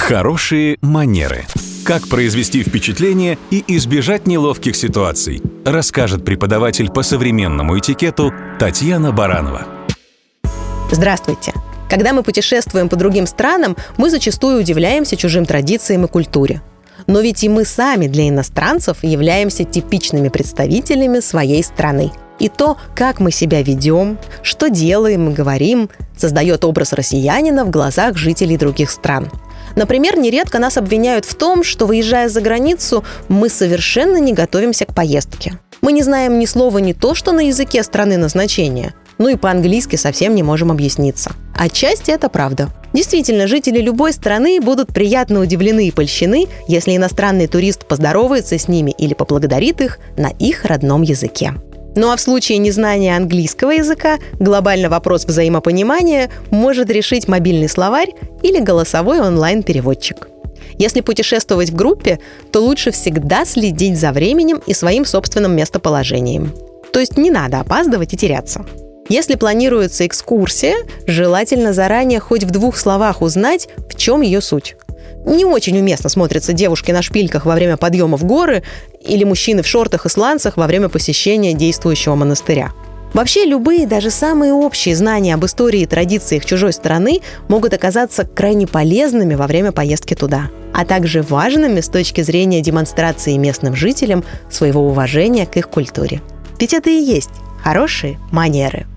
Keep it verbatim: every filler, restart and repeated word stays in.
Хорошие манеры. Как произвести впечатление и избежать неловких ситуаций, расскажет преподаватель по современному этикету Татьяна Баранова. Здравствуйте! Когда мы путешествуем по другим странам, мы зачастую удивляемся чужим традициям и культуре. Но ведь и мы сами для иностранцев являемся типичными представителями своей страны. И то, как мы себя ведем, что делаем и говорим, создает образ россиянина в глазах жителей других стран. Например, нередко нас обвиняют в том, что, выезжая за границу, мы совершенно не готовимся к поездке. Мы не знаем ни слова не то, что на языке страны назначения, ну и по-английски совсем не можем объясниться. Отчасти это правда. Действительно, жители любой страны будут приятно удивлены и польщены, если иностранный турист поздоровается с ними или поблагодарит их на их родном языке. Ну а в случае незнания английского языка глобальный вопрос взаимопонимания может решить мобильный словарь или голосовой онлайн-переводчик. Если путешествовать в группе, то лучше всегда следить за временем и своим собственным местоположением. То есть не надо опаздывать и теряться. Если планируется экскурсия, желательно заранее хоть в двух словах узнать, в чем ее суть. Не очень уместно смотрятся девушки на шпильках во время подъема в горы или мужчины в шортах и сланцах во время посещения действующего монастыря. Вообще, любые, даже самые общие знания об истории и традициях чужой страны могут оказаться крайне полезными во время поездки туда, а также важными с точки зрения демонстрации местным жителям своего уважения к их культуре. Ведь это и есть хорошие манеры.